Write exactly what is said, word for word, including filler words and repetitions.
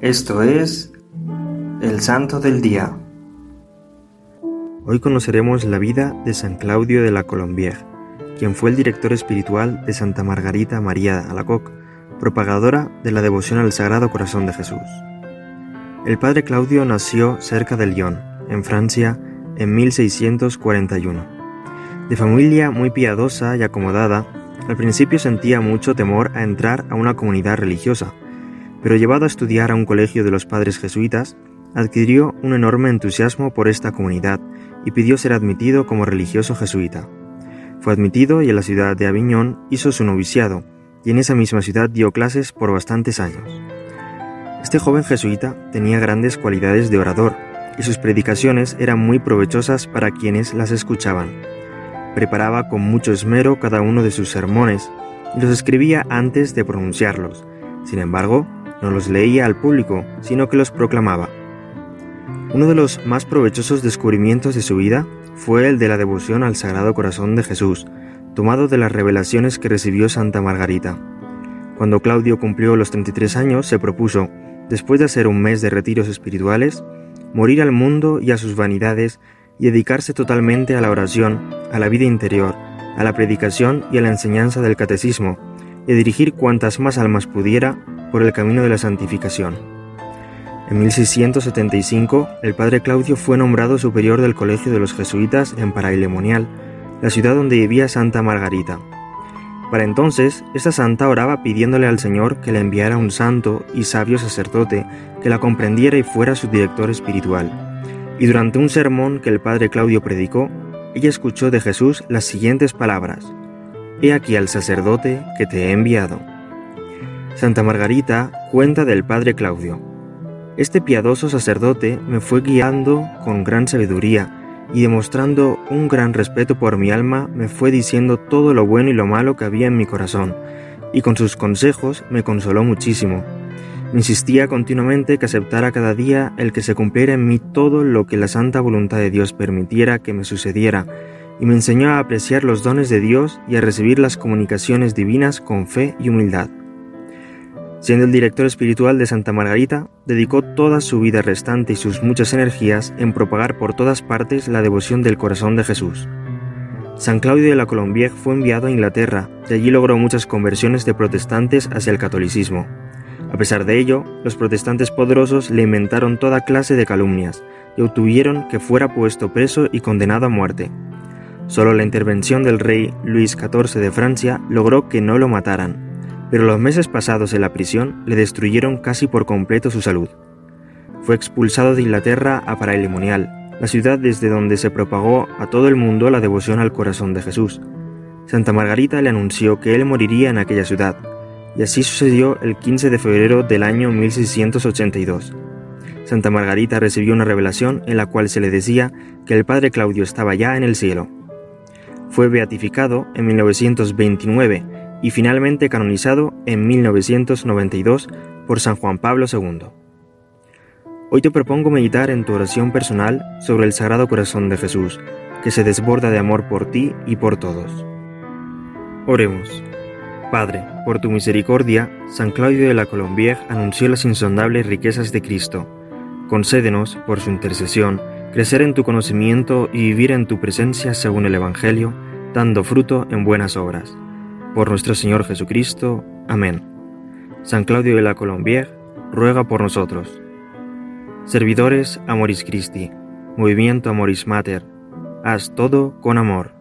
Esto es el Santo del Día. Hoy conoceremos la vida de San Claudio de la Colombière, quien fue el director espiritual de Santa Margarita María Alacoque, propagadora de la devoción al Sagrado Corazón de Jesús. El padre Claudio nació cerca de Lyon, en Francia, en mil seiscientos cuarenta y uno. De familia muy piadosa y acomodada, al principio sentía mucho temor a entrar a una comunidad religiosa, pero llevado a estudiar a un colegio de los padres jesuitas, adquirió un enorme entusiasmo por esta comunidad y pidió ser admitido como religioso jesuita. Fue admitido y en la ciudad de Aviñón hizo su noviciado, y en esa misma ciudad dio clases por bastantes años. Este joven jesuita tenía grandes cualidades de orador, y sus predicaciones eran muy provechosas para quienes las escuchaban. Preparaba con mucho esmero cada uno de sus sermones, y los escribía antes de pronunciarlos. Sin embargo, no los leía al público, sino que los proclamaba. Uno de los más provechosos descubrimientos de su vida fue el de la devoción al Sagrado Corazón de Jesús, tomado de las revelaciones que recibió Santa Margarita. Cuando Claudio cumplió los treinta y tres años, se propuso, después de hacer un mes de retiros espirituales, morir al mundo y a sus vanidades y dedicarse totalmente a la oración, a la vida interior, a la predicación y a la enseñanza del catecismo, y dirigir cuantas más almas pudiera por el camino de la santificación. En mil seiscientos setenta y cinco, el padre Claudio fue nombrado superior del Colegio de los Jesuitas en Paray-le-Monial, la ciudad donde vivía Santa Margarita. Para entonces, esta santa oraba pidiéndole al Señor que le enviara un santo y sabio sacerdote que la comprendiera y fuera su director espiritual. Y durante un sermón que el padre Claudio predicó, ella escuchó de Jesús las siguientes palabras: «He aquí al sacerdote que te he enviado». Santa Margarita cuenta del padre Claudio: «Este piadoso sacerdote me fue guiando con gran sabiduría y demostrando un gran respeto por mi alma me fue diciendo todo lo bueno y lo malo que había en mi corazón, y con sus consejos me consoló muchísimo. Me insistía continuamente que aceptara cada día el que se cumpliera en mí todo lo que la santa voluntad de Dios permitiera que me sucediera, y me enseñó a apreciar los dones de Dios y a recibir las comunicaciones divinas con fe y humildad». Siendo el director espiritual de Santa Margarita, dedicó toda su vida restante y sus muchas energías en propagar por todas partes la devoción del corazón de Jesús. San Claudio de la Colombière fue enviado a Inglaterra y allí logró muchas conversiones de protestantes hacia el catolicismo. A pesar de ello, los protestantes poderosos le inventaron toda clase de calumnias y obtuvieron que fuera puesto preso y condenado a muerte. Solo la intervención del rey Luis catorce de Francia logró que no lo mataran, pero los meses pasados en la prisión le destruyeron casi por completo su salud. Fue expulsado de Inglaterra a Paray-le-Monial, la ciudad desde donde se propagó a todo el mundo la devoción al corazón de Jesús. Santa Margarita le anunció que él moriría en aquella ciudad, y así sucedió el quince de febrero del año mil seiscientos ochenta y dos. Santa Margarita recibió una revelación en la cual se le decía que el padre Claudio estaba ya en el cielo. Fue beatificado en mil novecientos veintinueve y finalmente canonizado en mil novecientos noventa y dos por San Juan Pablo segundo. Hoy te propongo meditar en tu oración personal sobre el Sagrado Corazón de Jesús, que se desborda de amor por ti y por todos. Oremos. Padre, por tu misericordia, San Claudio de la Colombière anunció las insondables riquezas de Cristo. Concédenos, por su intercesión, crecer en tu conocimiento y vivir en tu presencia según el Evangelio, dando fruto en buenas obras. Por nuestro Señor Jesucristo. Amén. San Claudio de la Colombière, ruega por nosotros. Servidores Amoris Christi, Movimiento Amoris Mater, haz todo con amor.